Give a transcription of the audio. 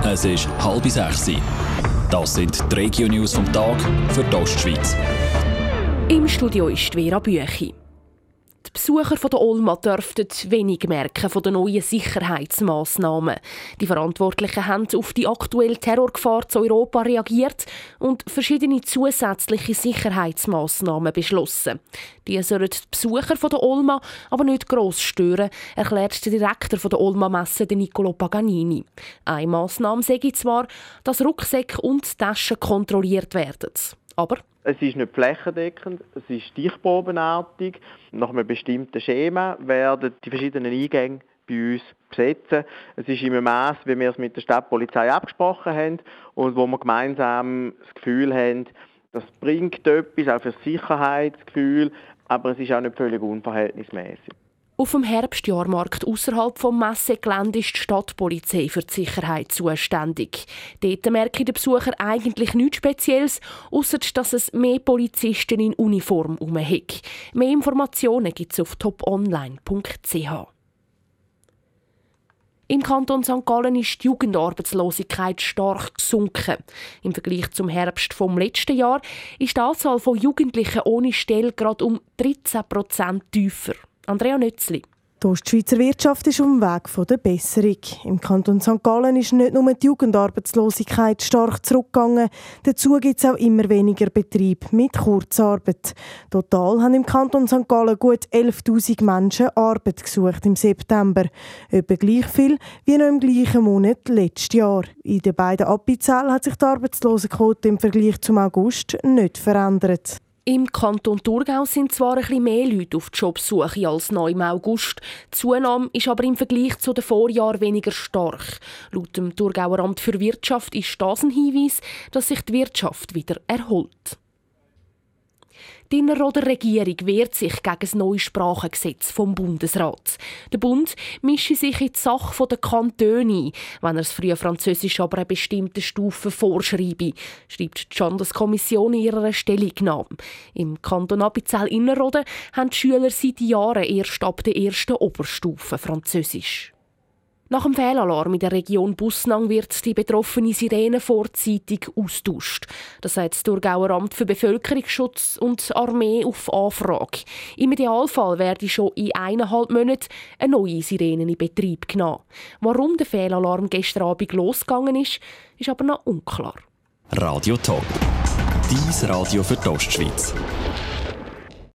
Es ist 5:30. Das sind die Regio-News vom Tag für die Ostschweiz. Im Studio ist Vera Büchi. Die Besucher von der Olma dürften wenig merken von den neuen Sicherheitsmassnahmen. Die Verantwortlichen haben auf die aktuelle Terrorgefahr zu Europa reagiert und verschiedene zusätzliche Sicherheitsmassnahmen beschlossen. Die sollen die Besucher von der Olma aber nicht gross stören, erklärt der Direktor von der Olma-Messe, Niccolò Paganini. Eine Massnahme sei zwar, dass Rucksäcke und Taschen kontrolliert werden. Aber es ist nicht flächendeckend, es ist stichprobenartig. Nach einem bestimmten Schema werden die verschiedenen Eingänge bei uns besetzen. Es ist im Maß, wie wir es mit der Stadtpolizei abgesprochen haben und wo wir gemeinsam das Gefühl haben, das bringt etwas, auch für das Sicherheitsgefühl, aber es ist auch nicht völlig unverhältnismäßig. Auf dem Herbstjahrmarkt ausserhalb vom Messegelände ist die Stadtpolizei für die Sicherheit zuständig. Dort merken die Besucher eigentlich nichts Spezielles, ausser dass es mehr Polizisten in Uniform hat. Mehr Informationen gibt es auf toponline.ch. Im Kanton St. Gallen ist die Jugendarbeitslosigkeit stark gesunken. Im Vergleich zum Herbst vom letzten Jahr ist die Anzahl von Jugendlichen ohne Stelle gerade um 13% tiefer. Andrea Nötzli. Die Ostschweizer Wirtschaft ist auf dem Weg der Besserung. Im Kanton St. Gallen ist nicht nur die Jugendarbeitslosigkeit stark zurückgegangen, dazu gibt es auch immer weniger Betriebe mit Kurzarbeit. Total haben im Kanton St. Gallen gut 11'000 Menschen Arbeit gesucht im September. Etwa gleich viel wie noch im gleichen Monat letztes Jahr. In den beiden Appenzellen hat sich die Arbeitslosenquote im Vergleich zum August nicht verändert. Im Kanton Thurgau sind zwar ein bisschen mehr Leute auf die Jobsuche als noch im August. Die Zunahme ist aber im Vergleich zu den Vorjahren weniger stark. Laut dem Thurgauer Amt für Wirtschaft ist das ein Hinweis, dass sich die Wirtschaft wieder erholt. Die Innerrhoder Regierung wehrt sich gegen das neue Sprachengesetz vom Bundesrat. Der Bund mische sich in die Sache der Kantone ein, wenn er das frühe Französisch aber eine bestimmte Stufe vorschreibe, schreibt die Landeskommission in ihrer Stellungnahme. Im Kanton Appenzell-Innerrhoden haben die Schüler seit Jahren erst ab der ersten Oberstufe Französisch. Nach dem Fehlalarm in der Region Bussnang wird die betroffene Sirene vorzeitig austauscht. Das sagt das Thurgauer Amt für Bevölkerungsschutz und Armee auf Anfrage. Im Idealfall werde schon in 1,5 Monaten eine neue Sirene in Betrieb genommen. Warum der Fehlalarm gestern Abend losgegangen ist aber noch unklar. Radio Top. Dein Radio für die Ostschweiz.